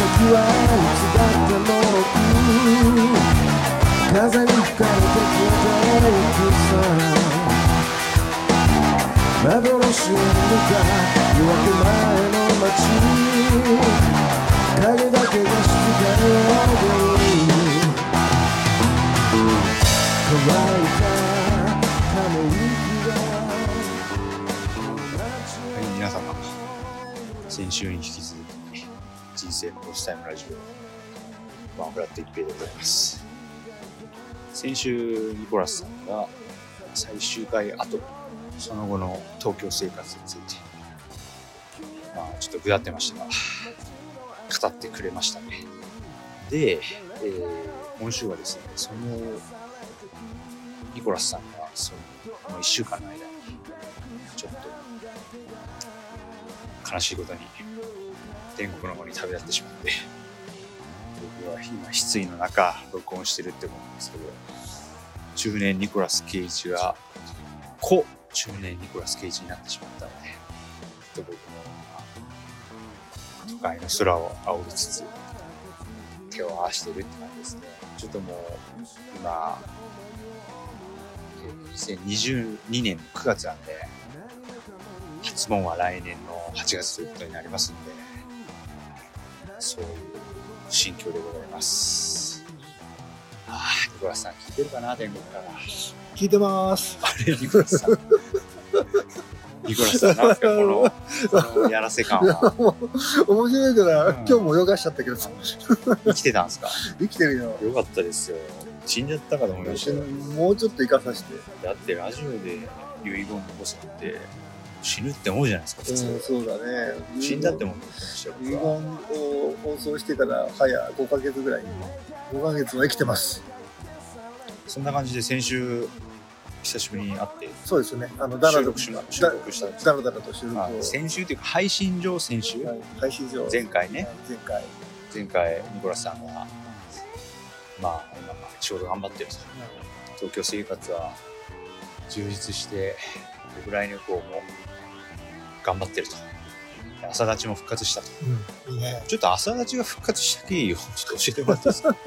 はいつだってもろく風に吹かれて消えてゆくさ幻を見るか夜明け前の街影だけが静かに乾いたため息が皆様、先週に引き続き人生のロスタイムラジオワンフラット一平でございます。先週ニコラスさんが最終回後その後の東京生活についてちょっとぐだってましたが語ってくれましたね。で、今週はですね、そのニコラスさんがその1週間の間にちょっと悲しいことに天国の方に旅立ってしまって、僕は今失意の中録音してるって思うんですけど、中年ニコラス・ケイジが中年ニコラス・ケイジになってしまったので、僕も都会の空を仰ぎつつ手を合わせてるって感じですね。ちょっともう今2022年の9月なんで、初盆は来年の8月ということになりますので、そういう心境でございます。ニコラスさん聞いてるかな、天国から。 聞いてます。 あれ、ニコラスさん。ニコラスさん、なんですか、このやらせ感は。 面白いから、今日も泳がしちゃったけどさ。 生きてたんですか？ 生きてるよ。 よかったですよ。死んじゃったかと思いましたよ。 もうちょっと生かさせて。 だってラジオで遺言残すって、死ぬって思うじゃないですか、普通。 そうだね。 死んだって思ってましたよ。 遺言を放送してから早5ヶ月ぐらい。5ヶ月は生きてます。 そんな感じで先週久しぶりに会って、 そうですね。だらだらと収録を。 先週というか配信上先週、 配信上前回ね。 前回ニコラスさんが今仕事頑張ってると。東京生活は充実して僕来年以降も頑張ってると。朝立ちも復活したと。 いいね。 ちょっと朝立ちが復活した経緯をちょっと教えてもらっていいですか？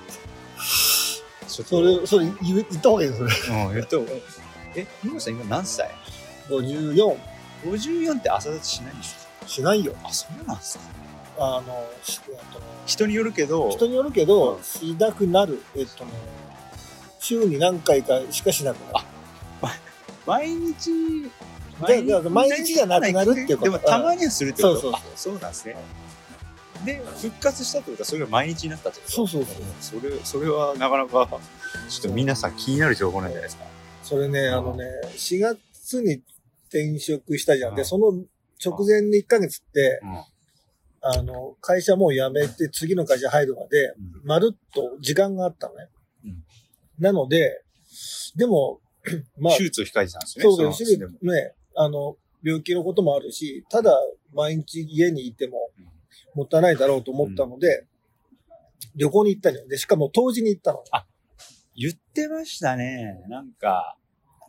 それ言った方がいいよ、それ。 言った方がいい。ニコラスさん今何歳 ？54。 54って朝立ちしないんですか？ しないよ。 そうなんですか？ 人によるけど、しなくなる。週に何回かしかしなくなる。 毎日じゃなくなるっていうこと。 でもたまにはするってこと。 そうなんですね。で復活したってことはそれが毎日になったってこと。それはなかなかちょっと皆さん気になる情報なんじゃないですか。 それね、4月に転職したじゃん。でその直前に1ヶ月って会社もう辞めて次の会社入るまでまるっと時間があったのね。なのででも手術を控えてたんですね。 そうです。手術ね、病気のこともあるし、ただ毎日家にいてももったいないだろうと思ったので、旅行に行ったじゃん。で、しかも冬至に行ったの。 言ってましたね。なんか、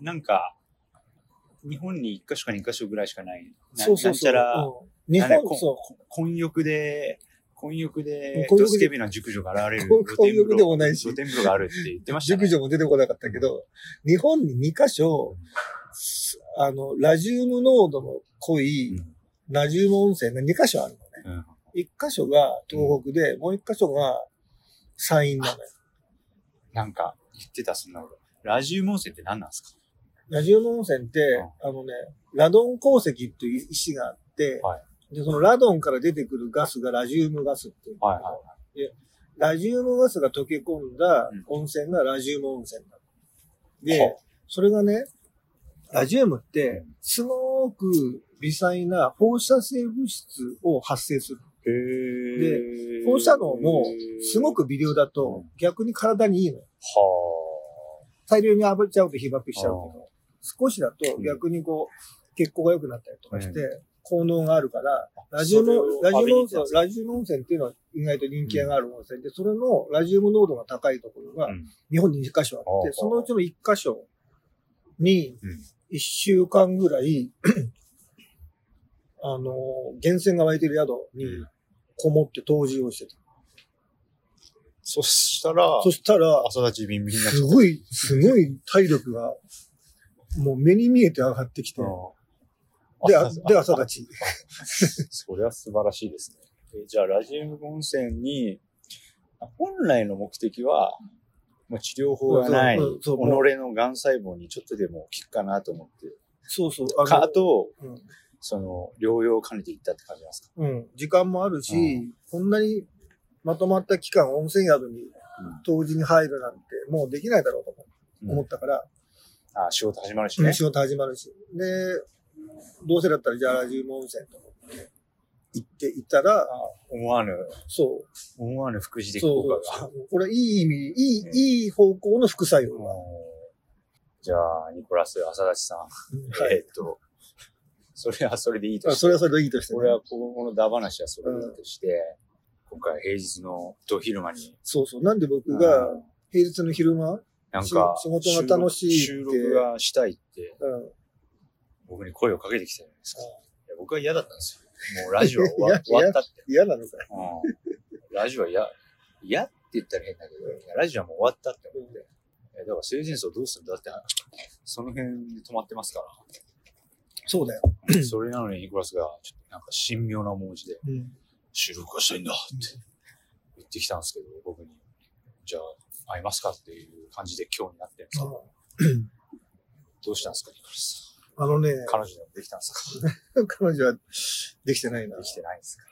日本に1カ所か2カ所ぐらいしかない。なんちゃら、日本、混浴で、ドスケベな熟女が現れる混浴でもないし、 露天風呂があるって言ってましたね。 熟女も出てこなかったけど、日本に2カ所、ラジウム濃度の濃いラジウム温泉が2カ所あるのね。1カ所が東北で、もう1カ所が山陰なのよ。 なんか言ってた、そんなこと。ラジウム温泉って何なんですか？ ラジウム温泉って、ラドン鉱石っていう石があって、で、そのラドンから出てくるガスがラジウムガスっていう。で、ラジウムガスが溶け込んだ温泉がラジウム温泉だ。で、それがね、ラジウムって、すごく微細な放射性物質を発生する。で、放射能もすごく微量だと逆に体にいいの。大量に浴びちゃうと被爆しちゃうけど、少しだと逆に血行が良くなったりとかして、効能があるから、ラジウム温泉っていうのは意外と人気がある温泉で、それのラジウム濃度が高いところが日本に2カ所あって、そのうちの1カ所に1週間ぐらい、源泉が湧いてる宿にこもって湯治をしてた。 そしたら、朝立ちビンビンになっちゃった。 すごい体力が、もう目に見えて上がってきて。で、朝立ち。 それは素晴らしいですね。じゃあ、ラジウム温泉に、本来の目的は、もう治療法がない、己の癌細胞にちょっとでも効くかなと思って。 そうそう。 あと、その、療養を兼ねていったって感じなんですか？ 時間もあるし、こんなにまとまった期間温泉宿に、湯治に入るなんて、もうできないだろうと思ったから。 仕事始まるしね。 仕事始まるし。で、どうせだったらじゃあラジウム温泉と思って行ったら、思わぬ副次的効果が。これいい意味、いい方向の副作用が。 じゃあ、ニコラス、朝立さん。それはそれでいいとして。 それはそれでいいとして。 これはこのダ話はそれでいいとして、今回平日のど昼間に。 なんで僕が平日の昼間なんか、 仕事が楽しい収録がしたいって、僕に声をかけてきたじゃないですか。僕は嫌だったんですよ。もうラジオは終わったって。 嫌なのかよ。ラジオは嫌って言ったら変だけど、ラジオはもう終わったって思って。だから生前葬どうするんだって、その辺で止まってますから。 そうだよ。 それなのにニコラスが、ちょっとなんか神妙な面持ちで、収録がしたいんだって言ってきたんですけど、僕に。じゃあ、会いますかっていう感じで今日になってるんですけど。どうしたんですか、ニコラスさん。彼女でもできたんですか？ 彼女はできてないな。 できてないんですか。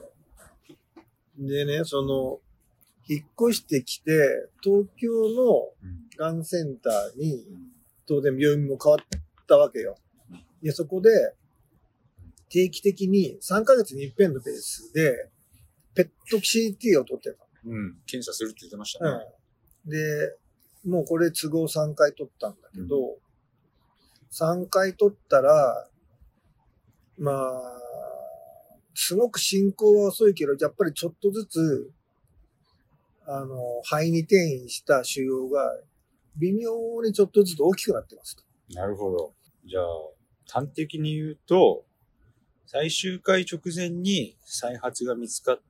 でね、引っ越してきて、東京のがんセンターに、当然病院も変わったわけよ。で、そこで、定期的に3ヶ月に一遍のペースで、ペット CT を取ってた。 検査するって言ってましたね。 で、もうこれ都合3回取ったんだけど、3回取ったら、まあ、すごく進行は遅いけど、やっぱりちょっとずつ、肺に転移した腫瘍が、微妙にちょっとずつ大きくなってますと。 なるほど。じゃあ、端的に言うと、最終回直前に再発が見つかって、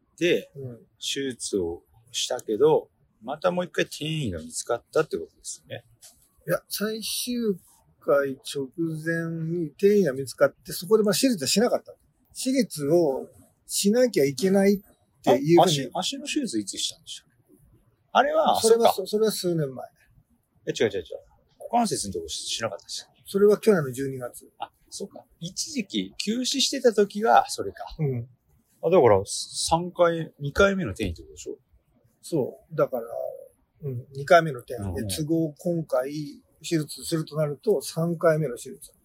手術をしたけど、またもう一回転移が見つかったってことですよね。 いや、最終回直前に転移が見つかって、そこで手術はしなかった。手術をしなきゃいけないっていうふうに。 足の手術いつしたんでしたっけ？あれは、 それは数年前。 違う。股関節のとこしなかったです。 それは去年の12月。 そうか。一時期休止してた時がそれか。だから2回目の転移ってことでしょ？そう。 だから、2回目の転移で、都合今回手術するとなると3回目の手術。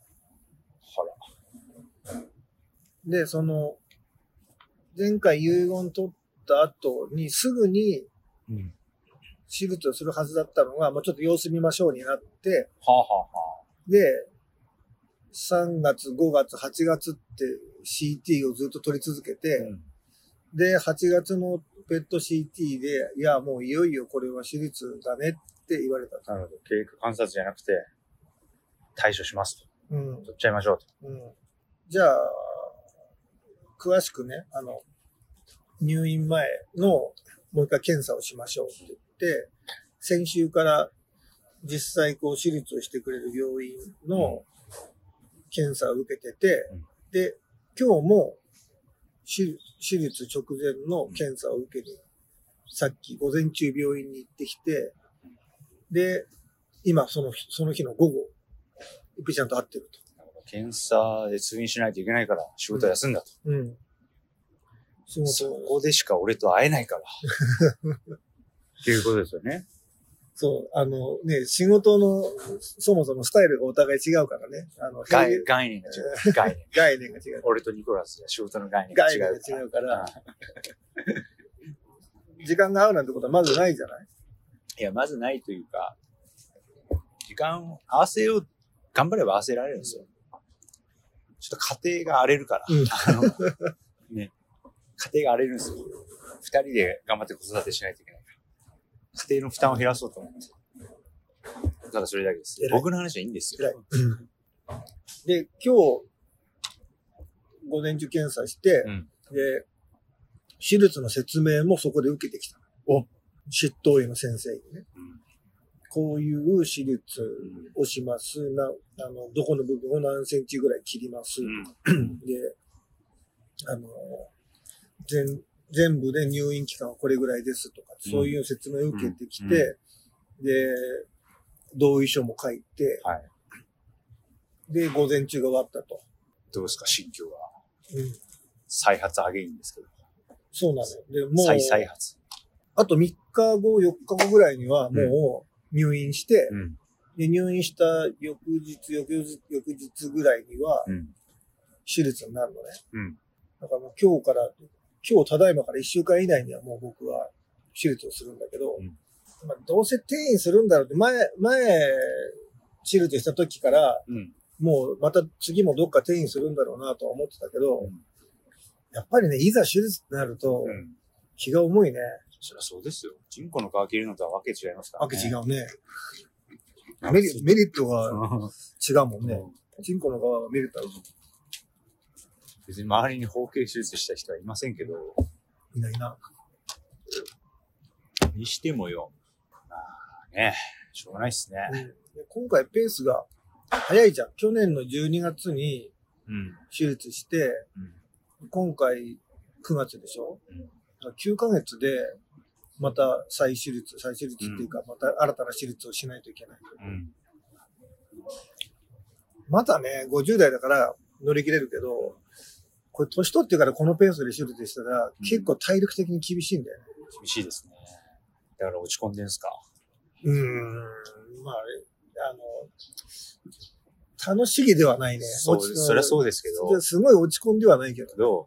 で、前回遺言取った後にすぐに手術をするはずだったのが、ちょっと様子見ましょうになって、で、3月、5月、8月って CT をずっと取り続けて、で、8月のペット CT で、いや、もういよいよこれは手術だねって言われた。 なるほど。経過観察じゃなくて、対処しますと。取っちゃいましょうと。 じゃあ、詳しくね、入院前のもう一回検査をしましょうって言って、先週から実際手術をしてくれる病院の検査を受けてて、で、今日も手術直前の検査を受けに、さっき午前中病院に行ってきて、で、今その日の午後、ゆっぴちゃんと会ってると。 検査で通院しないといけないから仕事休んだと。そこでしか俺と会えないから。っていうことですよね。 そう、仕事のそもそもスタイルがお互い違うからね。 概念が違う。 概念が違う。 俺とニコラスは仕事の概念が違うから。 時間が合うなんてことはまずないじゃない？ いや、まずないというか、時間合わせよう、頑張れば合わせられるんですよ。ちょっと家庭が荒れるから。ね。家庭が荒れるんですよ。2人で頑張って子育てしないといけないから。家庭の負担を減らそうと思って。ただそれだけです。僕の話はいいんですよ。 で、今日、午前中検査して、で、 手術の説明もそこで受けてきた。執刀医の先生にね。こういう手術をします。どこの部分を何センチぐらい切ります。で、全部で入院期間はこれぐらいですとか、そういう説明を受けてきて、で、同意書も書いて、で、午前中が終わったと。 どうですか、心境は。再発アゲインですけど。 そうなのよ。で、もう、 再発。 あと3日後、4日後ぐらいにはもう入院して、で、入院した翌日ぐらいには、手術になるのね。だからもう今日ただいまから1週間以内にはもう僕は手術をするんだけど、まあ、どうせ転院するんだろうって、前、手術した時から、もうまた次もどっか転院するんだろうなとは思ってたけど、やっぱりね、いざ手術になると、気が重いね。 そりゃそうですよ。チンコの皮切るのとはわけ違いますからね。 わけ違うね。メリットが違うもんね。チンコの皮はメリットある。 別に周りに包茎手術した人はいませんけど。 いないな。 にしてもよ。まあね、しょうがないっすね。 今回ペースが早いじゃん。去年の12月に手術して、今回9月でしょ、9ヶ月でまた再手術っていうか、また新たな手術をしないといけない。まだね、50代だから乗り切れるけど、これ年取ってからこのペースで手術したら、結構体力的に厳しいんだよね。 厳しいですね。だから落ち込んでんすか？ まあ、楽しげではないね。 そりゃそうですけど。 すごい落ち込んではないけど。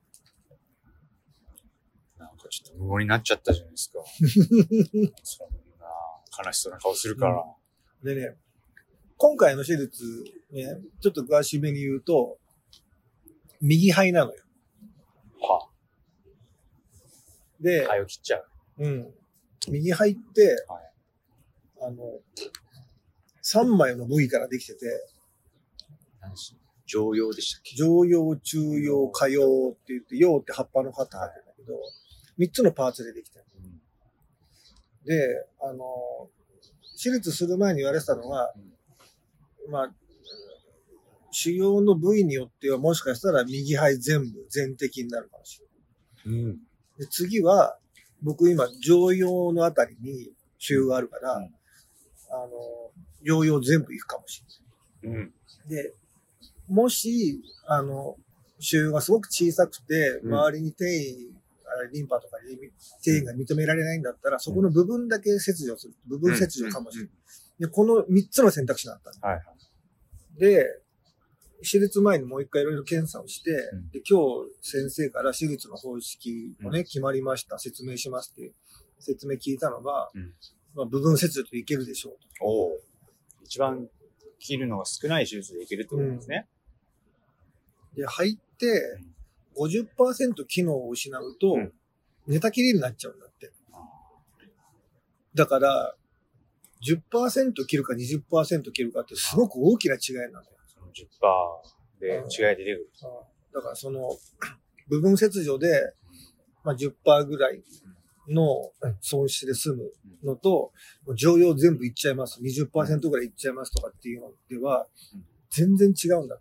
なんかちょっと無言になっちゃったじゃないですか。そんな悲しそうな顔するから。 でね、今回の手術、ね、ちょっと詳しめに言うと、右肺なのよ。で、 肺を切っちゃう。 右肺って、3枚の部位からできてて、 常用でしたっけ？ 常用、中用、下用って言って、用って葉っぱの葉って書いてるんだけど、3つのパーツでできてる。で、手術する前に言われてたのが、まあ、腫瘍の部位によってはもしかしたら右肺全摘になるかもしれない。で次は、僕今、常用のあたりに腫瘍があるから、療養全部行くかもしれない。で、もし、腫瘍がすごく小さくて、周りに転移、リンパとかに転移が認められないんだったら、そこの部分だけ切除する。部分切除かもしれない。で、この3つの選択肢だったの。で、手術前にもう一回いろいろ検査をして、で、今日先生から手術の方式をね、決まりました。説明しますって説明聞いたのが、まあ、部分切除といけるでしょうと。 一番切るのが少ない手術でいけるってことですね。 で、肺って 50% 機能を失うと、寝たきりになっちゃうんだって。だから、10% 切るか 20% 切るかってすごく大きな違いなんだよ。 その 10% で違い出てくる。 だからその、部分切除で、まあ、10% ぐらいの損失で済むのと、常用全部いっちゃいます。20% ぐらいいっちゃいますとかっていうのでは、全然違うんだって。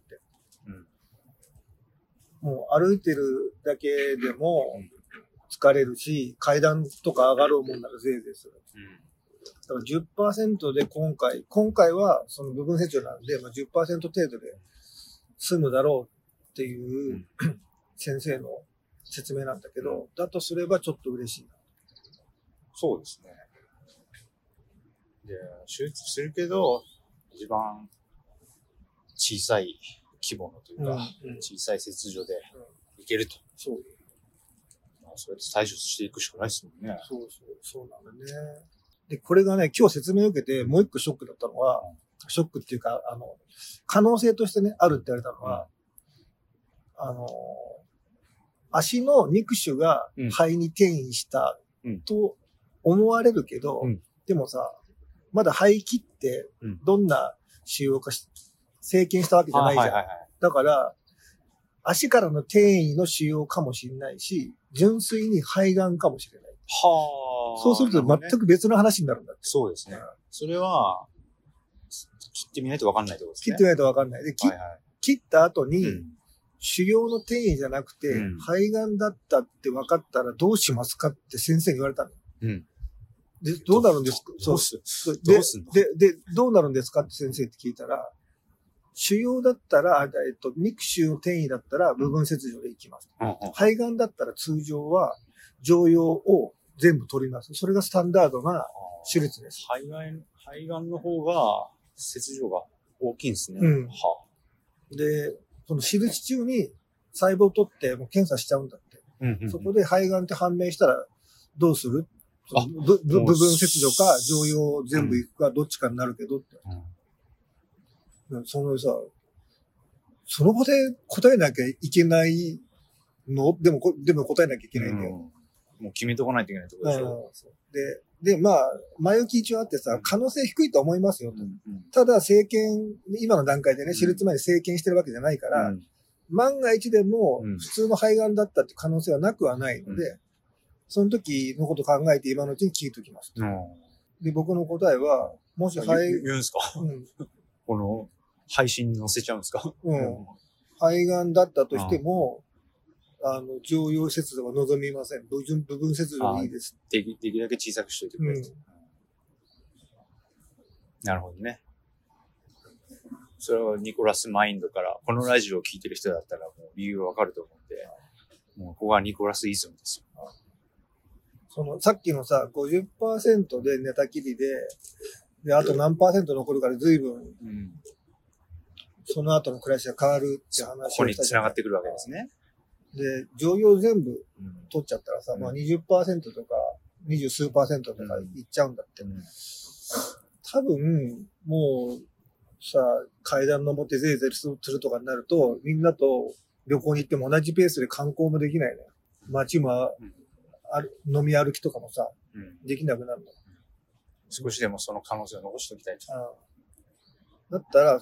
もう歩いてるだけでも疲れるし、階段とか上がろうもんならぜいぜいする。だから 10% で今回はその部分切除なんで、まあ、10% 程度で済むだろうっていう先生の説明なんだけど、だとすればちょっと嬉しいな。 そうですね。で、手術するけど、一番小さい規模のというか、小さい切除でいけると。そう。まあ、そうやって対処していくしかないですもんね。 そうなんだね。で、これがね、今日説明を受けて、もう一個ショックだったのは、ショックっていうか、可能性としてね、あるって言われたのは、足の肉腫が肺に転移したと思われるけど、でもさ、まだ肺切って、どんな腫瘍か生検したわけじゃないじゃん。だから、 足からの転移の腫瘍かもしれないし、純粋に肺がんかもしれない。 はあ。 そうすると全く別の話になるんだって。 そうですね。それは、切ってみないと分かんないってことですね。 切ってみないと分かんない。で、切った後に、腫瘍の転移じゃなくて、肺がんだったって分かったらどうしますかって先生に言われたの。で、どうなるんですか？ どうすんの？ で、どうなるんですかって先生って聞いたら、腫瘍だったら、肉腫の転移だったら部分切除でいきます。肺がんだったら通常は常用を全部取ります。それがスタンダードな手術です。 肺がんの方が切除が大きいんですね。 で、その手術中に細胞を取ってもう検査しちゃうんだって。そこで肺がんって判明したらどうする？部分切除か常用全部いくかどっちかになるけどって。そのさ、その場で答えなきゃいけないの？でも答えなきゃいけないんだよ。 もう決めとかないといけないってことでしょ。 で、まあ、前置き一応あってさ、可能性低いと思いますよと。ただ、今の段階でね、手術前に生検してるわけじゃないから、万が一でも普通の肺がんだったって可能性はなくはないので、その時のこと考えて今のうちに聞いときます。で、僕の答えは、もし言うんすか？この配信に載せちゃうんですか？ 肺がんだったとしても、常用切除は望みません。部分切除でいいです。 できるだけ小さくしといてくれと。なるほどね。それはニコラスマインドから、このラジオを聞いてる人だったらもう理由がわかると思うんで、もうここはニコラスイズムですよ。 さっきのさ、50% で寝たきりで、あと何%残るから随分、その後の暮らしが変わるって話をした。 ここに繋がってくるわけですね。 で、常用全部取っちゃったらさ、まあ 20% とか20数%とかいっちゃうんだって。多分、もうさ、階段登ってぜいぜいするとかになると、みんなと旅行に行っても同じペースで観光もできないね。街も飲み歩きとかもさ、できなくなるの。 少しでもその可能性を残しておきたいと。 だったら、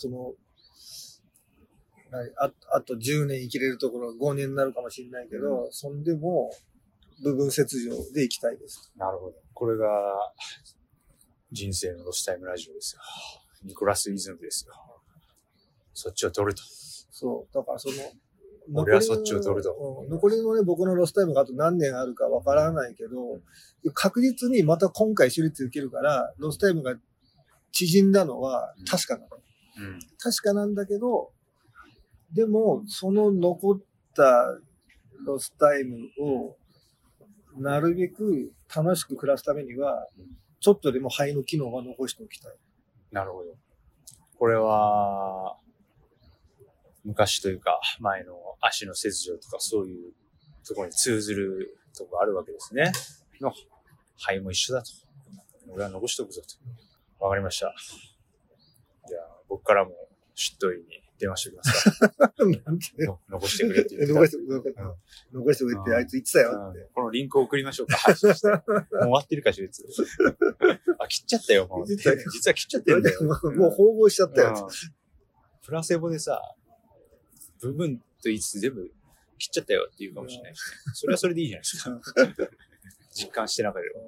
あと10年生きれるところ5年になるかもしれないけど、そんでも部分切除で行きたいです。 なるほど。これが人生のロスタイムラジオですよ。ニコラスイズムですよ。そっちを取ると。 そう。だから俺はそっちを取ると。 残りのね、僕のロスタイムがあと何年あるかわからないけど、確実にまた今回手術受けるから、ロスタイムが縮んだのは確かなの。確かなんだけど、でも、その残ったロスタイムをなるべく楽しく暮らすためには、ちょっとでも肺の機能は残しておきたい。 なるほど。これは、昔というか、前の足の切除とかそういうところに通ずるところあるわけですね。肺も一緒だと。俺は残しておくぞと。わかりました。じゃあ、僕からも執刀医に電話しておきますか。 なんて残してくれって言って。 残してくれってあいつ言ってたよって。 このリンクを送りましょうか。配信して。もう終わってるか、手術。切っちゃったよ、もう。実は切っちゃってるんだよ。 もう縫合しちゃったよ。 プラセボでさ、部分と言いつつ全部切っちゃったよって言うかもしれないし、ね。それはそれでいいじゃないですか。実感してなければ。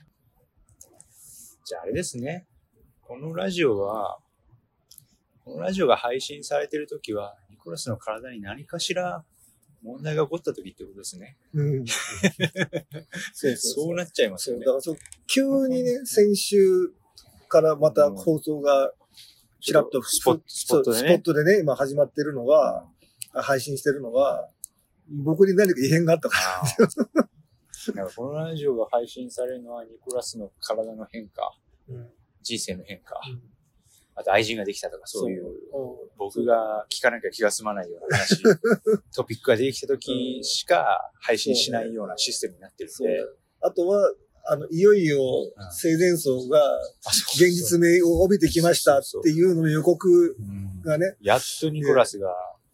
じゃああれですね。このラジオが配信されてるときは、ニコラスの体に何かしら問題が起こったときってことですね。そうなっちゃいますよね。 だから急にね、先週からまた放送がちらっとスポットでね、今始まってるのは、配信してるのは、僕に何か異変があったからなんかこのラジオが配信されるのはニコラスの体の変化、人生の変化、あと愛人ができたとかそういう僕が聞かなきゃ気が済まないような話、トピックができた時しか配信しないようなシステムになってるんで。 あとは、いよいよ生前葬が現実味を帯びてきましたっていうのの予告がね。 やっとニコラスが、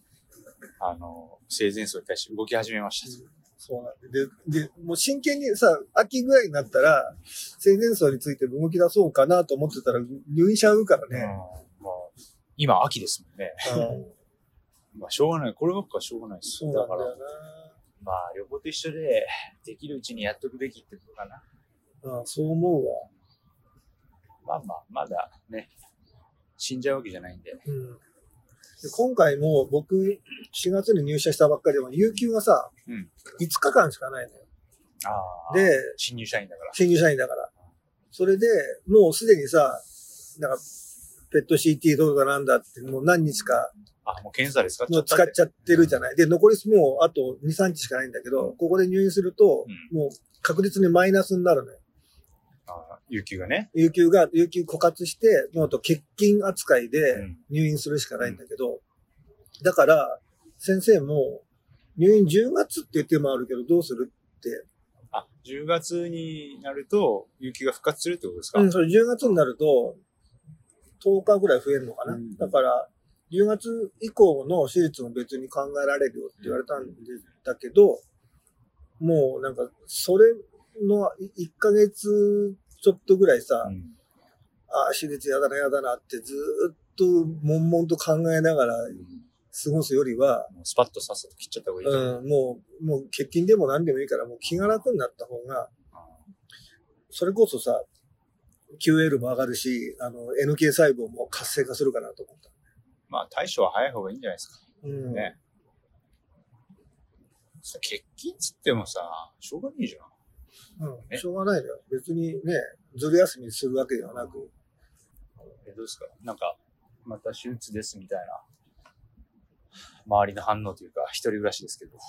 生前葬に対して動き始めました。 そうなんで、もう真剣にさ、秋ぐらいになったら、生前葬について動き出そうかなと思ってたら入院しちゃうからね。 今秋ですもんね。 まあしょうがない。こればっかはしょうがないです。 そうなんだよな。 まあ旅行と一緒で、できるうちにやっとくべきってことかな。 ああ、そう思うわ。 まあまあ、まだね、死んじゃうわけじゃないんで。 で今回も僕、4月に入社したばっかりでも、有給がさ、5日間しかないのよ。で、 新入社員だから。 新入社員だから。それで、もうすでにさ、なんか、ペット CT どうだなんだって、もう何日か、 もう検査で使っちゃもう使っちゃってるじゃない。で、残りもうあと2、3日しかないんだけど、ここで入院すると、もう確実にマイナスになるのよ。 有給がね。 有給枯渇して、もうと欠勤扱いで入院するしかないんだけど、だから、先生も、入院10月って言ってもあるけど、どうするって。 10月になると、有給が復活するってことですか？ それ10月になると、10日ぐらい増えるのかな。だから、10月以降の手術も別に考えられるよって言われたんだけど、もうなんか、それの1ヶ月ちょっとぐらいさ、手術やだなってずーっと悶々と考えながら過ごすよりは、 スパッとさっさと切っちゃった方がいい。 もう欠勤でも何でもいいから、もう気が楽になった方が、それこそさ、QL も上がるし、NK 細胞も活性化するかなと思った。 まあ、対処は早い方がいいんじゃないですか。ね。欠勤つってもさ、しょうがないじゃん。 しょうがないのよ。別にね、ずる休みするわけではなく。 どうですか？なんか、また手術ですみたいな、周りの反応というか、一人暮らしですけど。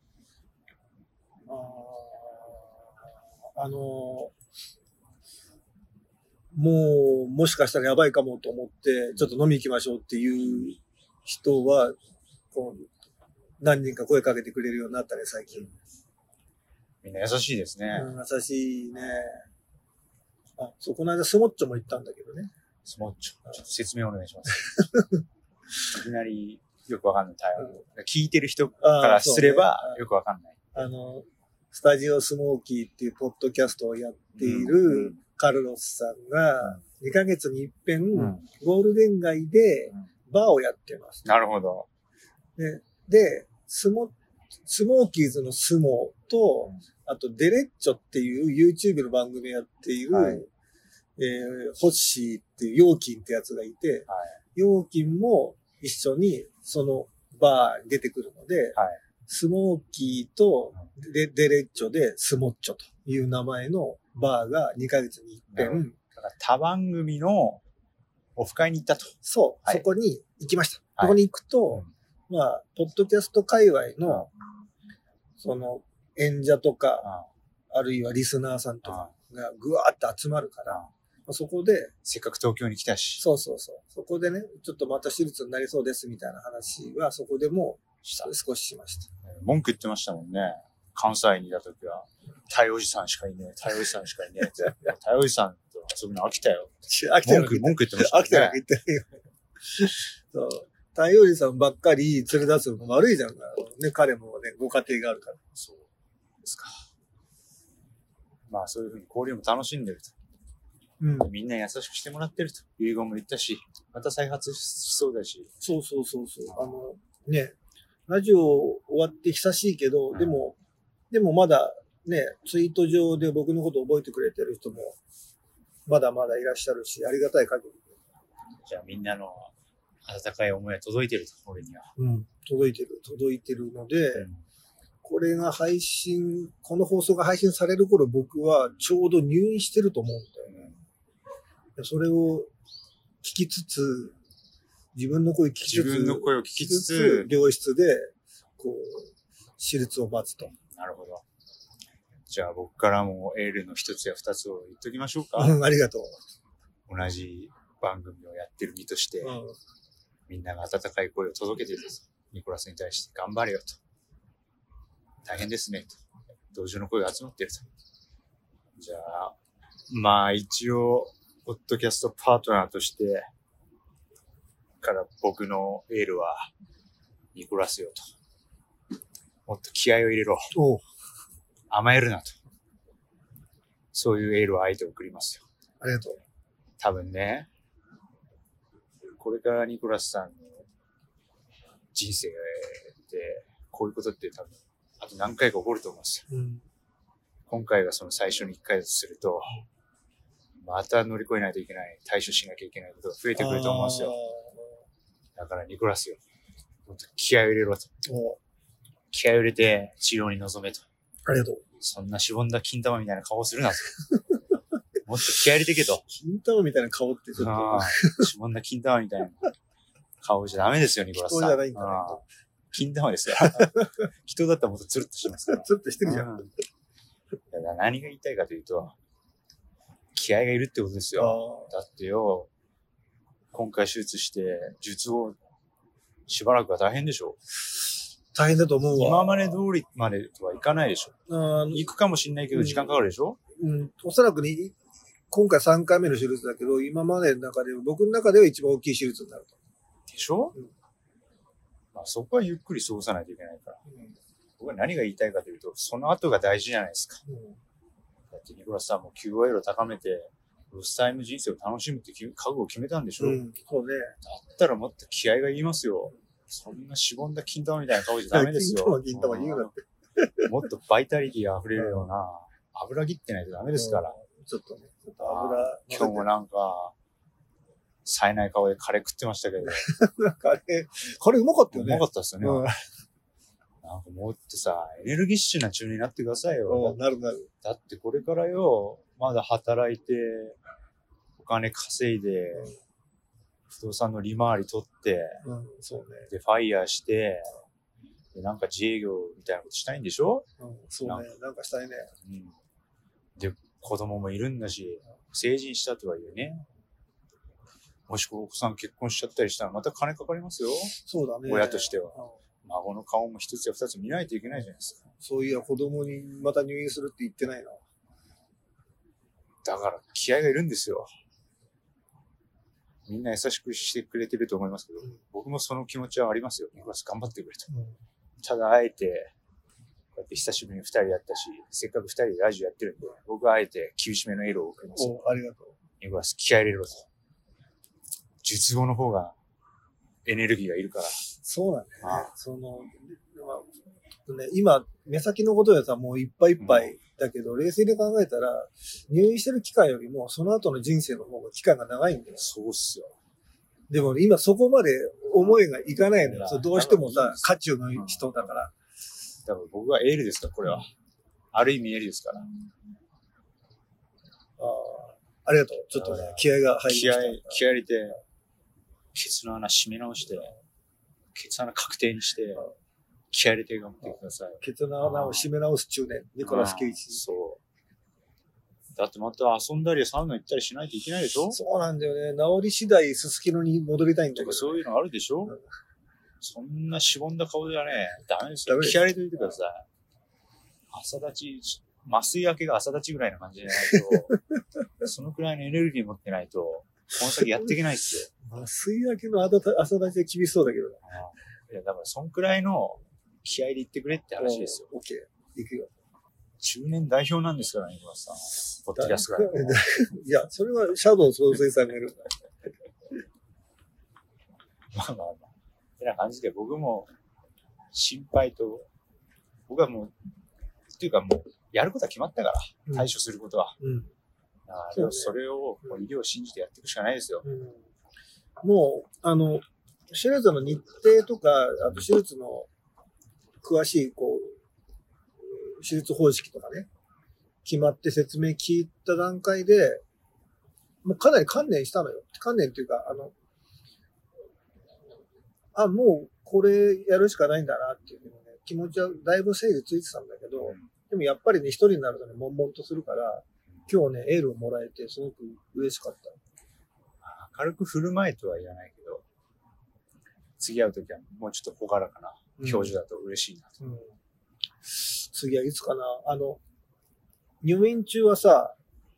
もしかしたらやばいかもと思って、ちょっと飲み行きましょうっていう人は、何人か声かけてくれるようになったね、最近。 みんな優しいですね。 優しいね。この間スモッチョも行ったんだけどね。 スモッチョ。ちょっと説明お願いします。いきなりよくわかんない対応。聞いてる人からすればよくわかんない。 スタジオスモーキーっていうポッドキャストをやっているカルロスさんが2ヶ月に一遍ゴールデン街でバーをやってます。 なるほど。 で、スモーキーズのスモと、あとデレッチョっていう YouTube の番組やっている、ホッシーっていうヨーキンってやつがいて、ヨーキンも一緒にそのバーに出てくるので、スモーキーとデレッチョでスモッチョという名前のバーが2ヶ月に一遍。 だから他番組のオフ会に行ったと。 そう、そこに行きました。そこに行くと、まあ、ポッドキャスト界隈の、その、演者とか、あるいはリスナーさんとかがぐわーって集まるから、そこで、 せっかく東京に来たし。 そう。そこでね、ちょっとまた手術になりそうですみたいな話は、そこでも少ししました。 文句言ってましたもんね。関西にいた時は、タイおじさんしかいねえって。タイおじさんと遊ぶの飽きたよ。文句言ってましたね。 飽きたよ言ってないよ。そう。タイおじさんばっかり連れ出すのも悪いじゃん。ね、彼もね、ご家庭があるから。 そうですか。まあそういうふうに交流も楽しんでると。みんな優しくしてもらってると。遺言も言ったし、また再発しそうだし。 そう。ね、ラジオ終わって久しいけど、でもまだね、ツイート上で僕のこと覚えてくれてる人も、まだまだいらっしゃるし、ありがたい限り。 じゃあみんなの温かい思いは届いてると、俺には。 届いてるので、この放送が配信される頃僕はちょうど入院してると思うんだよね。それを聞きつつ、自分の声を聞きつつ、病室で、手術を待つと。 なるほど。じゃあ僕からもエールの一つや二つを言っときましょうか。 ありがとう。 同じ番組をやってる身として、みんなが温かい声を届けてると。ニコラスに対して頑張れよと。大変ですねと。同情の声が集まってると。じゃあ、まあ一応、ポッドキャストパートナーとして、から僕のエールは、ニコラスよと。もっと気合を入れろ。甘えるなと。そういうエールを相手を送りますよ。 ありがとう。 多分ね、これからニコラスさんの人生で、こういうことって多分、あと何回か起こると思うんですよ。今回がその最初の1回だとすると、また乗り越えないといけない、対処しなきゃいけないことが増えてくると思うんですよ。だからニコラスよ。もっと気合を入れろと。気合を入れて治療に臨めと。 ありがとう。 そんなしぼんだ金玉みたいな顔するなと。もっと気合入れてけと。 金玉みたいな顔ってちょっと。 しぼんだ金玉みたいな顔じゃダメですよ、ニコラスさん。 人じゃないんだね。 金玉ですよ。人だったらもっとツルッとしてますから。 ツルッとしてるじゃん。 だから何が言いたいかというと、気合がいるってことですよ。だってよ、今回手術して、術後、しばらくは大変でしょ。 大変だと思うわ。 今まで通りまでとはいかないでしょ。行くかもしれないけど時間かかるでしょ。 おそらくね、今回3回目の手術だけど、今までの中で、僕の中では一番大きい手術になると。 でしょ、まあ、そこはゆっくり過ごさないといけないから。僕は何が言いたいかというと、その後が大事じゃないですか。だってニコラスさんも QOL を高めて、ロスタイム人生を楽しむって覚悟を決めたんでしょ。 そうね。 だったらもっと気合がいりますよ。そんなしぼんだ金玉みたいな顔じゃダメですよ。 金玉言うなって。 もっとバイタリティが溢れるような、油切ってないとダメですから。 ちょっとね、ちょっと油。 今日もなんか、冴えない顔でカレー食ってましたけど。 カレーうまかったよね。 うまかったですよね。なんかもっとさ、エネルギッシュな中になってくださいよ。 なる。 だってこれからよ、まだ働いて、お金稼いで、不動産の利回り取って、 そうね。 で、ファイヤーして、で、なんか自営業みたいなことしたいんでしょ？ そうね。なんかしたいね。 で、子供もいるんだし、成人したとはいえね。もしお子さん結婚しちゃったりしたらまた金かかりますよ。そうだね。親としては。孫の顔も一つや二つ見ないといけないじゃないですか。 そういや、子供にまた入院するって言ってないな。 だから気合がいるんですよ。みんな優しくしてくれてると思いますけど、僕もその気持ちはありますよ。ニコラス頑張ってくれと。ただあえて、こうやって久しぶりに二人やったし、せっかく二人でラジオやってるんで、僕はあえて厳しめのエールを送りますよ。 ありがとう。 ニコラス気合入れろと。術後の方がエネルギーがいるから。 そうなんだよね。今、目先のことでさ、もういっぱいいっぱいだけど、冷静に考えたら、入院してる期間よりも、その後の人生の方が期間が長いんだよ。 そうっすよ。 でも、今そこまで思いがいかないのよ。どうしてもさ、渦中の人だから。 多分僕はエールですから、これは。ある意味エールですから。 ありがとう。ちょっとね、気合が入りました。 気合入れて、ケツの穴締め直して、ケツ穴確定にして、気合入れて頑張ってください。 ケツの穴を締め直す中年、ニコラス・ケイチ。 そう。だってまた遊んだりサウナ行ったりしないといけないでしょ？ そうなんだよね。治り次第すすきのに戻りたいんだけど、ね。 そういうのあるでしょ？そんなしぼんだ顔ではね、ダメですよ。気合入れといてください。朝立ち、麻酔明けが朝立ちぐらいな感じじゃないと、そのくらいのエネルギー持ってないと、この先やっていけないっすよ。 麻酔明けの朝立ちは厳しそうだけど。 いや、だからそんくらいの気合で言ってくれって話ですよ。 オッケー。行くよ。 中年代表なんですから、ニコラスさん。ポッドキャストから。 いや、それはシャドウ総裁さんがいる。 まあ。ってな感じで、僕も心配と、僕はもう、っていうかもう、やることは決まったから、対処することは。それを医療を信じてやっていくしかないですよ。 もう、手術の日程とか、あと手術の詳しい、手術方式とかね、決まって説明聞いた段階で、もうかなり観念したのよ。観念っていうか、もうこれやるしかないんだなっていうのね、気持ちはだいぶ整理ついてたんだけど、でもやっぱりね、一人になるとね、悶々とするから、今日ね、エールをもらえて、すごく嬉しかった。 明るく振る舞いとは言わないけど、次会うときはもうちょっと朗らかな表情だと嬉しいなと。 次はいつかな。入院中はさ、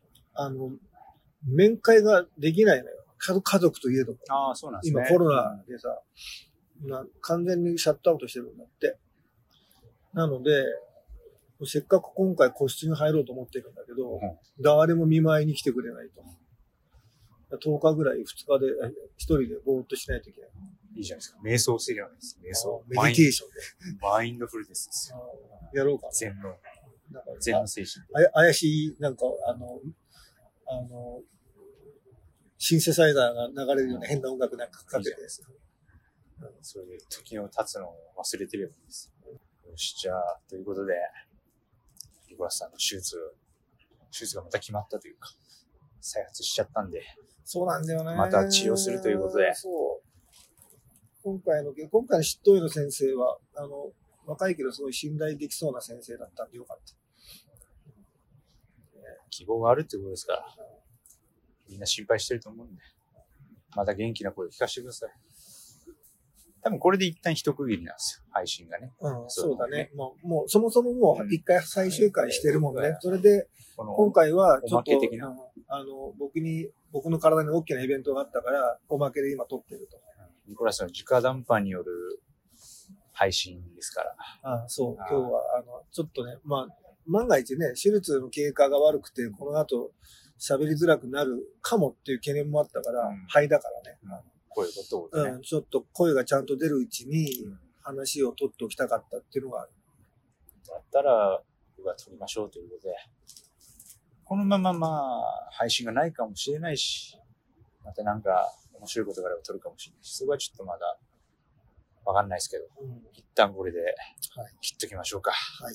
面会ができないのよ。家族といえども。 そうなんですね。 今コロナでさ、完全にシャットアウトしてるんだって。なので、せっかく今回個室に入ろうと思ってるんだけど、誰も見舞いに来てくれないと。10日ぐらい2日で1人でぼーっとしないといけない。 いいじゃないですか。瞑想してるようです。瞑想。 メディテーションで。 マインドフルネスですよ。 やろうかな。 禅の精神。 怪しい、なんか、シンセサイザーが流れるような変な音楽なんかかけてですよ。 それで時の経つのを忘れてればいいです。よし、じゃあ、ということで、ニコラスさんの手術がまた決まったというか、再発しちゃったんで。 そうなんだよね。 また治療するということで。 そう。今回の執刀医の先生は、若いけどすごい信頼できそうな先生だったんでよかった。 希望があるってことですから、みんな心配してると思うんで、また元気な声を聞かせてください。多分これで一旦一区切りなんですよ、配信がね。 そうだね。もうそもそももう一回最終回してるもんね。それで、今回はちょっと、僕の体に大きなイベントがあったから、おまけで今撮ってると。 ニコラスの直談判による配信ですから。 そう。今日は、ちょっとね、万が一ね、手術の経過が悪くて、この後喋りづらくなるかもっていう懸念もあったから、肺だからね。 声を取っておくね。 ちょっと声がちゃんと出るうちに話を取っておきたかったっていうのがある。 だったら、僕は撮りましょうということで。このまま配信がないかもしれないし、またなんか面白いことがあれば撮るかもしれないし、そこはちょっとまだわかんないですけど、一旦これで切っときましょうか。はい。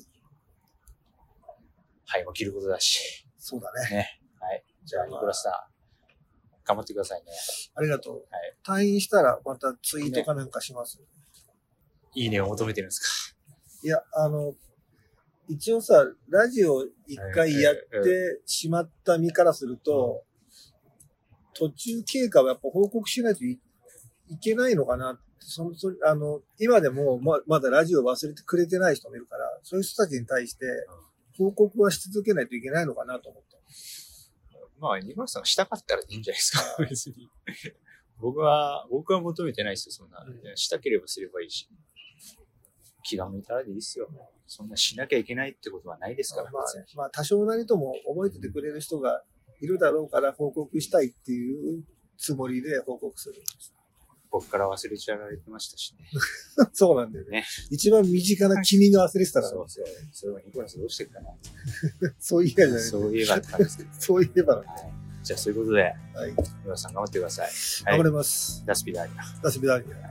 肺も切ることだし。 そうだね。 ね。はい。じゃあ、ニコラスさん、頑張ってくださいね。 ありがとう。はい。退院したらまたツイートかなんかします。 いいねを求めてるんですか？ いや、一応さ、ラジオ一回やってしまった身からすると、途中経過はやっぱ報告しないといけないのかなって、今でもまだラジオ忘れてくれてない人もいるから、そういう人たちに対して報告はし続けないといけないのかなと思った。 ニコラスさんがしたかったらいいんじゃないですか、別に。僕は求めてないですよ、そんな。したければすればいいし。気が向いたらでいいですよ。そんなしなきゃいけないってことはないですから。 多少なりとも覚えててくれる人がいるだろうから報告したいっていうつもりで報告する。 僕から忘れちゃられてましたしね。 そうなんだよね。一番身近な君が忘れてたから。 そう。それはニコラスどうしてるかな。 そういえばじゃない。 そういえばって感じですけど。 そういえば。 じゃあそういうことで、ニコラスさん頑張ってください。 頑張ります。 ダスピダーリア。 ダスピダーリア。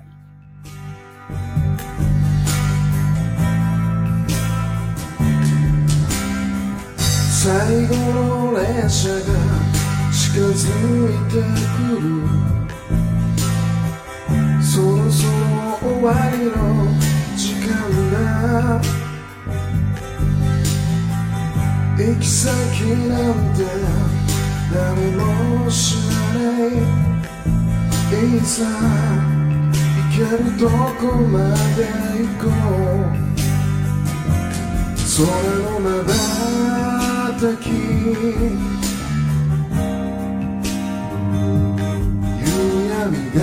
最後の列車が近づいてくる。そろそろ終わりの時間だ。行き先なんて誰も知らない。いざ行けるとこまで行こう。空のまば夕闇が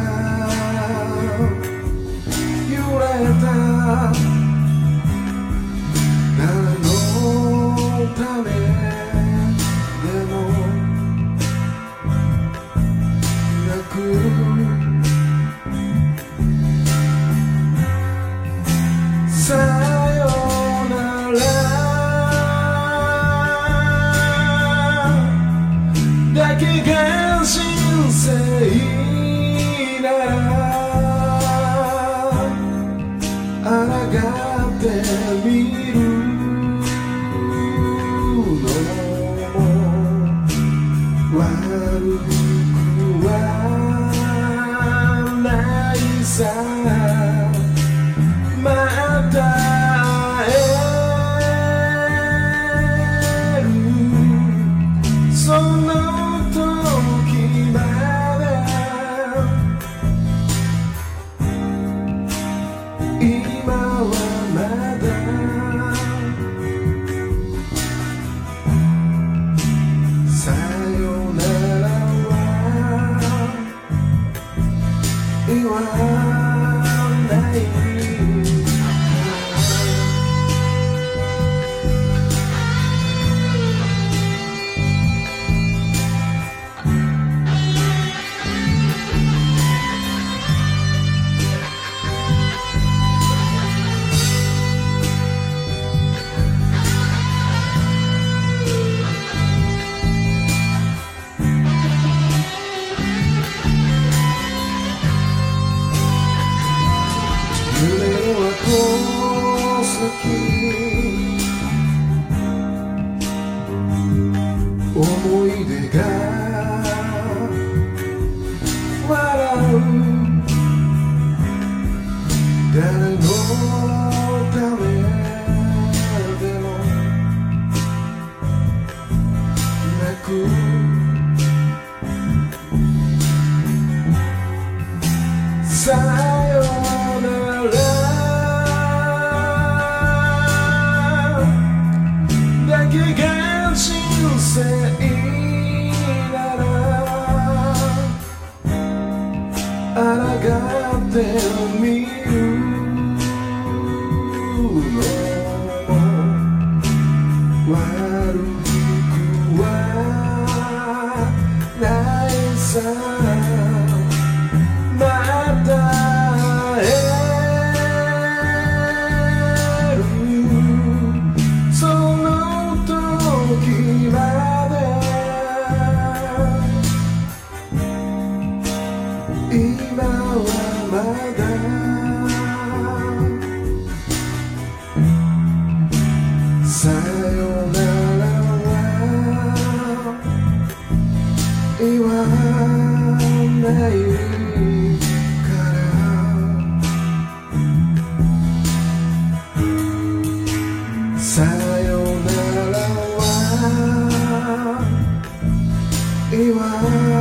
揺れた。誰のためでもなくさよならだけが人生なら抗出が笑う誰のためでもなくさよならだけが人生なら抗ってみるの悪くはないさまた会えるその時まで今はまださよならは言わないさよならは言わない